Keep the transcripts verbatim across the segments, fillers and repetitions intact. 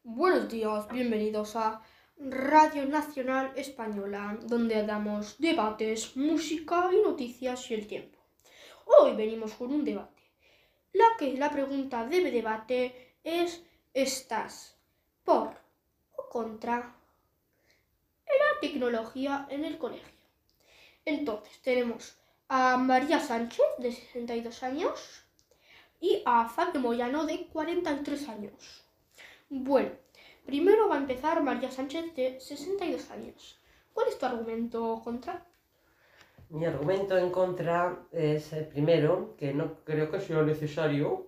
Buenos días, bienvenidos a Radio Nacional Española, donde damos debates, música y noticias y el tiempo. Hoy venimos con un debate. La que la pregunta de debate es: ¿estás por o contra la tecnología en el colegio? Entonces tenemos a María Sánchez, de sesenta y dos años, y a Fabio Moyano, de cuarenta y tres años. Bueno, primero va a empezar María Sánchez, de sesenta y dos años. ¿Cuál es tu argumento contra? Mi argumento en contra es, eh, primero, que no creo que sea necesario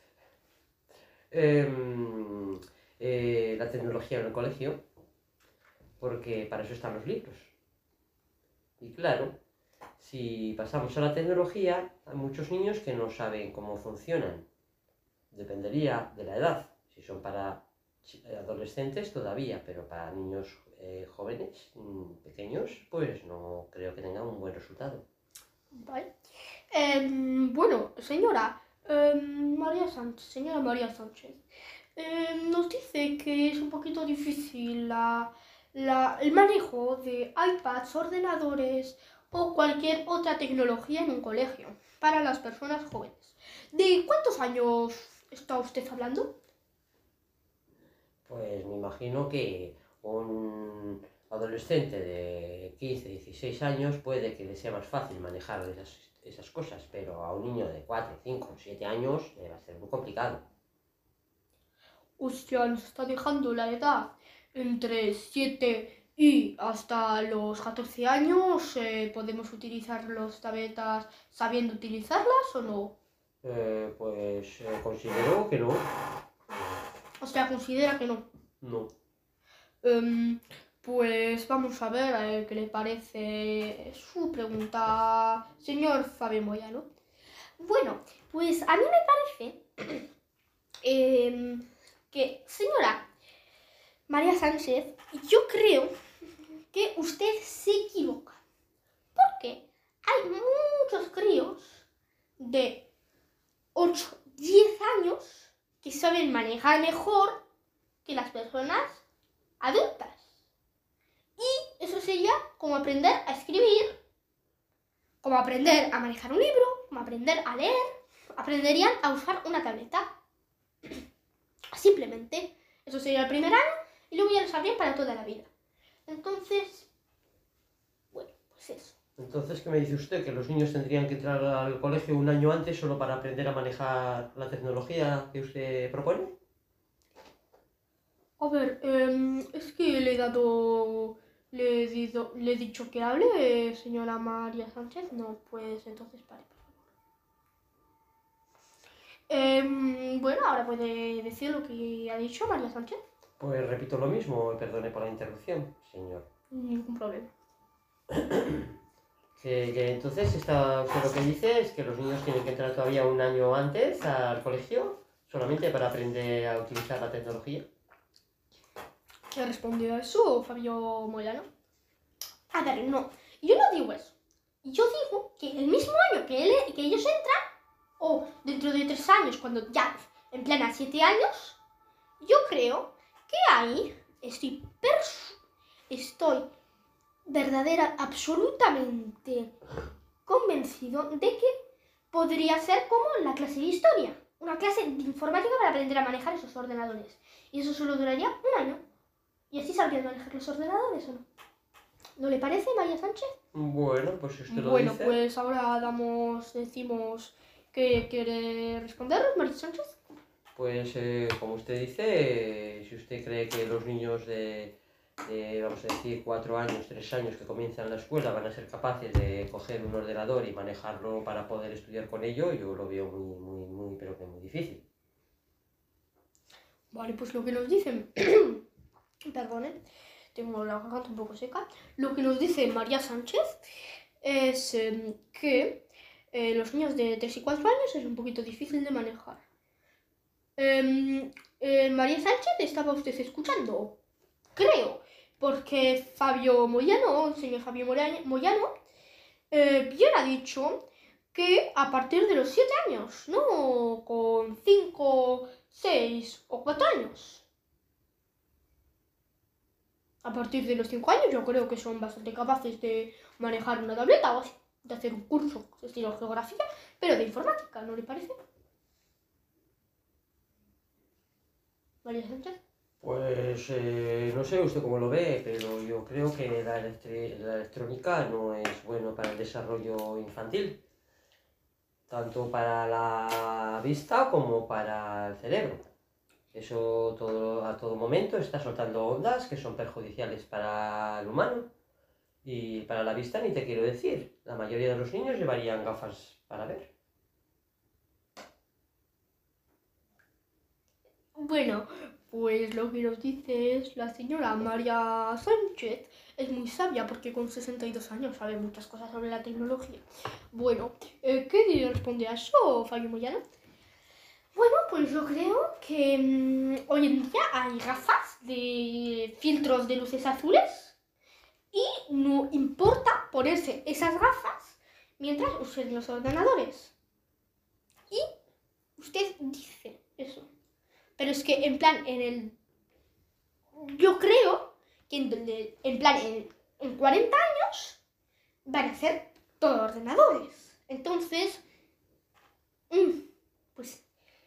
eh, eh, la tecnología en el colegio, porque para eso están los libros. Y claro, si pasamos a la tecnología, hay muchos niños que no saben cómo funcionan. Dependería de la edad. Si son para adolescentes todavía, pero para niños eh, jóvenes, pequeños, pues no creo que tengan un buen resultado. Vale. Eh, bueno, señora eh, María Sánchez, señora María Sánchez, eh, nos dice que es un poquito difícil la, la, el manejo de iPads, ordenadores o cualquier otra tecnología en un colegio para las personas jóvenes. ¿De cuántos años está usted hablando? Pues me imagino que un adolescente de quince, dieciséis años puede que le sea más fácil manejar esas, esas cosas, pero a un niño de cuatro, cinco, siete años le va a ser muy complicado. Usted nos está dejando la edad entre siete y hasta los catorce años. Eh, ¿Podemos utilizar los tabletas sabiendo utilizarlas o no? Eh, pues eh, considero que no. O sea, considera que no. No. Um, pues vamos a ver, a ver qué le parece su pregunta, señor Fabio Moyano. Bueno, pues a mí me parece eh, que, señora María Sánchez, yo creo que usted se equivoca. Porque hay muchos críos de ocho, diez años que saben manejar mejor que las personas adultas. Y eso sería como aprender a escribir, como aprender a manejar un libro, como aprender a leer. Aprenderían a usar una tableta. Simplemente, eso sería el primer año y luego ya lo sabrían para toda la vida. Entonces, bueno, pues eso. Entonces, ¿qué me dice usted? ¿Que los niños tendrían que entrar al colegio un año antes solo para aprender a manejar la tecnología que usted propone? A ver, eh, es que le he dado, le he, dido, le he dicho que hable, señora María Sánchez. No, pues entonces pare, por favor. Eh, bueno, ahora puede decir lo que ha dicho María Sánchez. Pues repito lo mismo, perdone por la interrupción, señor. Ningún problema. Que, que entonces está, usted lo que dice es que los niños tienen que entrar todavía un año antes al colegio solamente para aprender a utilizar la tecnología. ¿Qué respondió a eso, Fabio Moyano? A ver, no, yo no digo eso. Yo digo que el mismo año que, él, que ellos entran, o dentro de tres años, cuando ya en plan a siete años, yo creo que ahí estoy, estoy verdadera, absolutamente convencido de que podría ser como la clase de historia, una clase de informática para aprender a manejar esos ordenadores. Y eso solo duraría un año. Y así sabrían manejar los ordenadores o no. ¿No le parece, María Sánchez? Bueno, pues si usted lo Bueno, dice. pues ahora damos, decimos que quiere respondernos, María Sánchez. Pues eh, como usted dice, eh, si usted cree que los niños de, de, vamos a decir, cuatro años, tres años que comienzan la escuela van a ser capaces de coger un ordenador y manejarlo para poder estudiar con ello, yo lo veo muy, muy, muy, pero que muy difícil. Vale, pues lo que nos dicen, perdonen, tengo la garganta un poco seca, lo que nos dice María Sánchez es eh, que eh, los niños de tres y cuatro años es un poquito difícil de manejar. Eh, eh, María Sánchez, ¿estaba usted escuchando? Creo, porque Fabio Moyano, el señor Fabio Moyano, eh, bien ha dicho que a partir de los siete años, no con cinco, seis o cuatro años. a partir de los cinco años yo creo que son bastante capaces de manejar una tableta o así, de hacer un curso de estilo geografía, pero de informática, ¿no le parece? María Sánchez. Pues eh, no sé usted cómo lo ve, pero yo creo que la, electri- la electrónica no es bueno para el desarrollo infantil, tanto para la vista como para el cerebro. Eso todo, a todo momento está soltando ondas que son perjudiciales para el humano y para la vista ni te quiero decir. La mayoría de los niños llevarían gafas para ver. Bueno, pues lo que nos dice es la señora María Sánchez. Es muy sabia porque con sesenta y dos años sabe muchas cosas sobre la tecnología. Bueno, eh, ¿qué responde a eso, Fabio Moyano? Bueno, pues yo creo que mmm, hoy en día hay gafas de filtros de luces azules y no importa ponerse esas gafas mientras usen los ordenadores. Y usted dice eso. Pero es que en plan, en el... Yo creo que en, en plan, en, en cuarenta años van a ser todos ordenadores. Entonces, mmm, pues...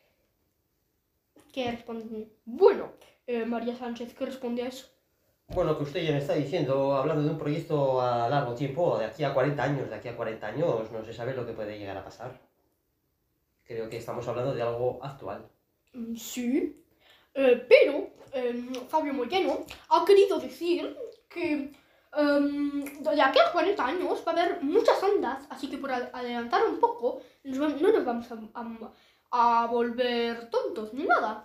¿Qué responde? Bueno, eh, María Sánchez, ¿qué responde a eso? Bueno, que usted ya me está diciendo, hablando de un proyecto a largo tiempo, de aquí a cuarenta años, de aquí a cuarenta años, no se sabe lo que puede llegar a pasar. Creo que estamos hablando de algo actual. Sí, eh, pero eh, Fabio Moyano ha querido decir que um, de aquí a cuarenta años va a haber muchas ondas, así que por adelantar un poco, no nos vamos a, a, a volver tontos ni nada.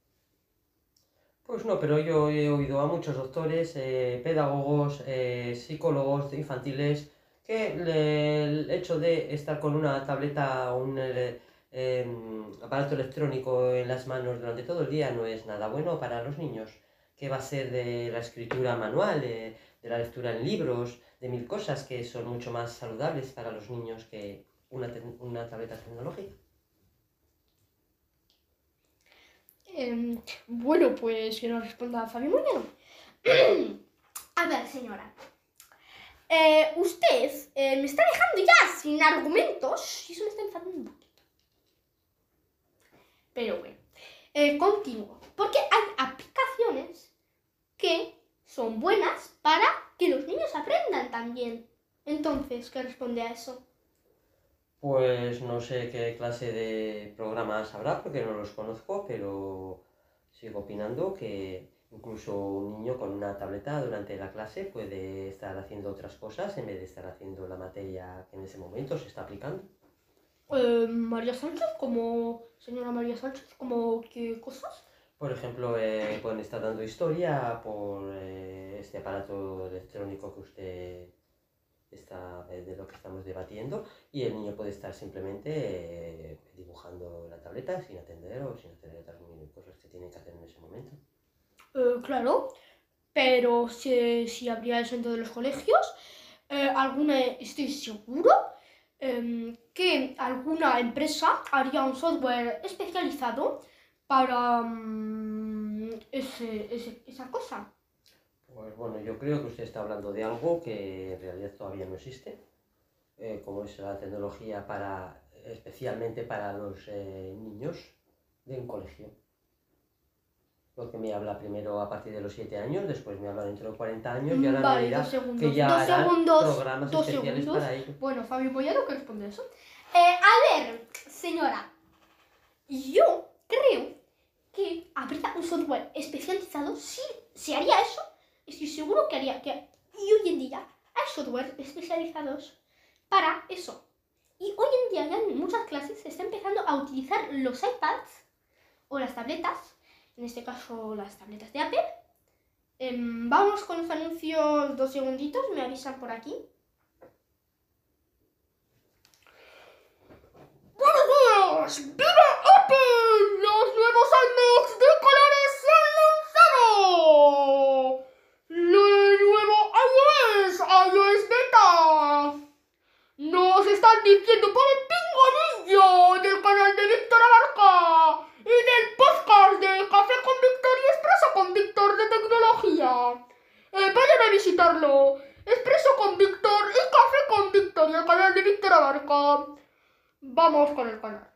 Pues no, pero yo he oído a muchos doctores, eh, pedagogos, eh, psicólogos infantiles, que le- el hecho de estar con una tableta o un eh, em, aparato electrónico en las manos durante todo el día no es nada bueno para los niños. ¿Qué va a ser de la escritura manual, de, de la lectura en libros, de mil cosas que son mucho más saludables para los niños que una, te- una tableta tecnológica? Eh, bueno, pues que nos responda Fabio Moyano. A ver, señora. Eh, usted eh, me está dejando ya sin argumentos y eso me está enfadando un poquito. Pero bueno, eh, continúo. Porque hay aplicaciones que son buenas para que los niños aprendan también. Entonces, ¿qué responde a eso? Pues no sé qué clase de programas habrá porque no los conozco, pero sigo opinando que incluso un niño con una tableta durante la clase puede estar haciendo otras cosas en vez de estar haciendo la materia que en ese momento se está aplicando. Eh, María Sánchez, como señora María Sánchez, como qué cosas. Por ejemplo, eh, pueden estar dando historia por eh, este aparato electrónico que usted está, eh, de lo que estamos debatiendo, y el niño puede estar simplemente eh, dibujando la tableta sin atender o sin hacer otras mil cosas que tiene que hacer en ese momento. Eh, claro, pero si, si habría eso en todos los colegios, eh, alguna, estoy seguro eh, que alguna empresa haría un software especializado para um, ese, ese, esa cosa. Pues bueno, yo creo que usted está hablando de algo que en realidad todavía no existe, eh, como es la tecnología para, especialmente para los eh, niños de un colegio. Porque me habla primero a partir de los siete años, después me habla dentro de cuarenta años y ahora Vale, me dirá dos segundos, que ya dos harán segundos, programas dos especiales segundos. para ello. Bueno, Fabio Moyano, ¿qué responde a eso? Eh, a ver, señora, yo creo que habría un software especializado, si se haría eso, estoy seguro que haría, que y hoy en día hay software especializados para eso. Y hoy en día ya en muchas clases se está empezando a utilizar los iPads o las tabletas, en este caso las tabletas de Apple. Eh, vamos con los anuncios, dos segunditos, me avisan por aquí. ¡Buenos días! ¡Viva Apple! ¡Los nuevos iMacs de colores se han lanzado! ¡El nuevo iOS! ¡iOS Beta! Nos están diciendo por el pinganillo del canal de Víctor Abarca y del podcast de Café con Víctor y Expreso con Víctor de Tecnología. Eh, vayan a visitarlo. Expreso con Víctor y café con Víctor y el canal de Víctor Abarca. Vamos con el canal.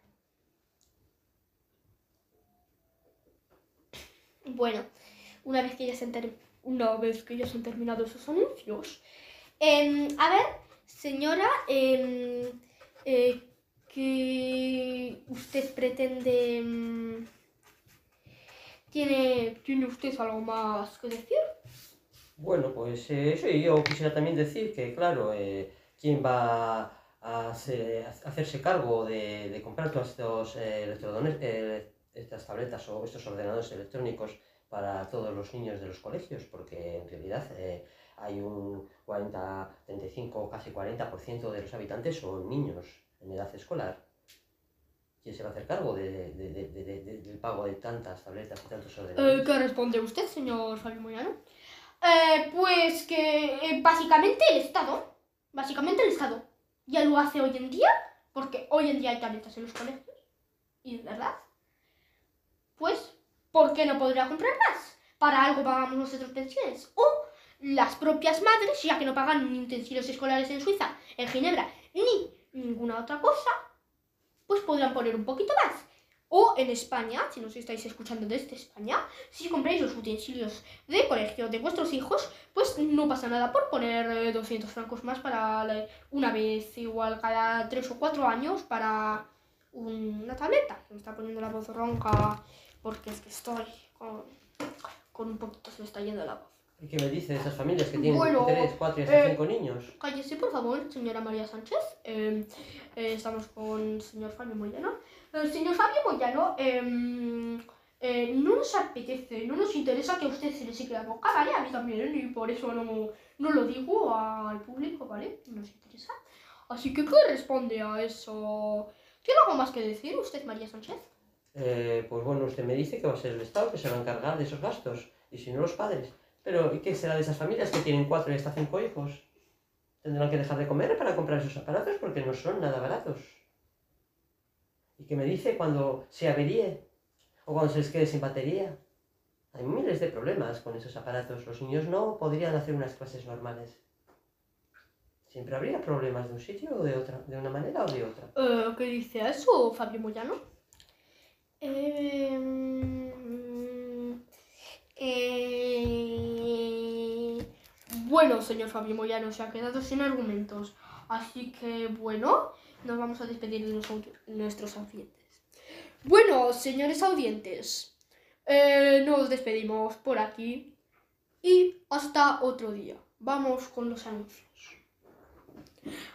Bueno, una vez que ya se han, ter una vez que ya se han terminado esos anuncios, eh, a ver, señora, eh, eh, ¿qué usted pretende? ¿Tiene, ¿Tiene usted algo más que decir? Bueno, pues eh, sí, yo quisiera también decir que, claro, eh, ¿quién va a, se- a hacerse cargo de, de comprar todos estos eh, electrodones- eh, estas tabletas o estos ordenadores electrónicos para todos los niños de los colegios? Porque en realidad eh, hay un cuarenta, treinta y cinco, casi cuarenta por ciento de los habitantes son niños en edad escolar. ¿Quién se va a hacer cargo de- de- de- de- de- de- del pago de tantas tabletas y tantos Eh, ordenadores? ¿Qué responde usted, señor Fabio Moyano? Eh, pues que eh, básicamente el Estado, básicamente el Estado ya lo hace hoy en día, porque hoy en día hay tabletas en los colegios, y de verdad, pues, ¿por qué no podría comprar más? Para algo pagamos nosotros pensiones. O las propias madres, ya que no pagan ni utensilios escolares en Suiza, en Ginebra, ni ninguna otra cosa, pues podrán poner un poquito más. O en España, si nos estáis escuchando desde España, si compráis los utensilios de colegio de vuestros hijos, pues no pasa nada por poner eh, doscientos francos más para la- una vez, igual cada tres o cuatro años, para una tableta. Me está poniendo la voz ronca porque es que estoy con, con un poquito, se me está yendo la voz. ¿Y qué me dice de esas familias que tienen Bueno, tres, cuatro y hasta eh, cinco niños? Cállese, por favor, señora María Sánchez. Eh, eh, estamos con el señor Fabio Moyano. Eh, señor Fabio Moyano, eh, eh, no nos apetece, no nos interesa que a usted se le seque la boca, ¿vale? A mí también, y por eso no, no lo digo al público, ¿vale? No nos interesa. Así que, ¿qué responde a eso? ¿Tiene algo más que decir usted, María Sánchez? Eh, pues bueno, usted me dice que va a ser el Estado que se va a encargar de esos gastos, y si no los padres. Pero ¿y qué será de esas familias que tienen cuatro y hasta cinco hijos? Tendrán que dejar de comer para comprar esos aparatos porque no son nada baratos. ¿Y qué me dice cuando se averíe? ¿O cuando se les quede sin batería? Hay miles de problemas con esos aparatos. Los niños no podrían hacer unas clases normales. Siempre habría problemas de un sitio o de otra, de una manera o de otra. Eh, ¿Qué dice eso, Fabio Moyano? Eh, eh, bueno, señor Fabio Moyano, se ha quedado sin argumentos. Así que, bueno, nos vamos a despedir de los audi- nuestros audientes. Bueno, señores audientes, eh, nos despedimos por aquí y hasta otro día. Vamos con los anuncios.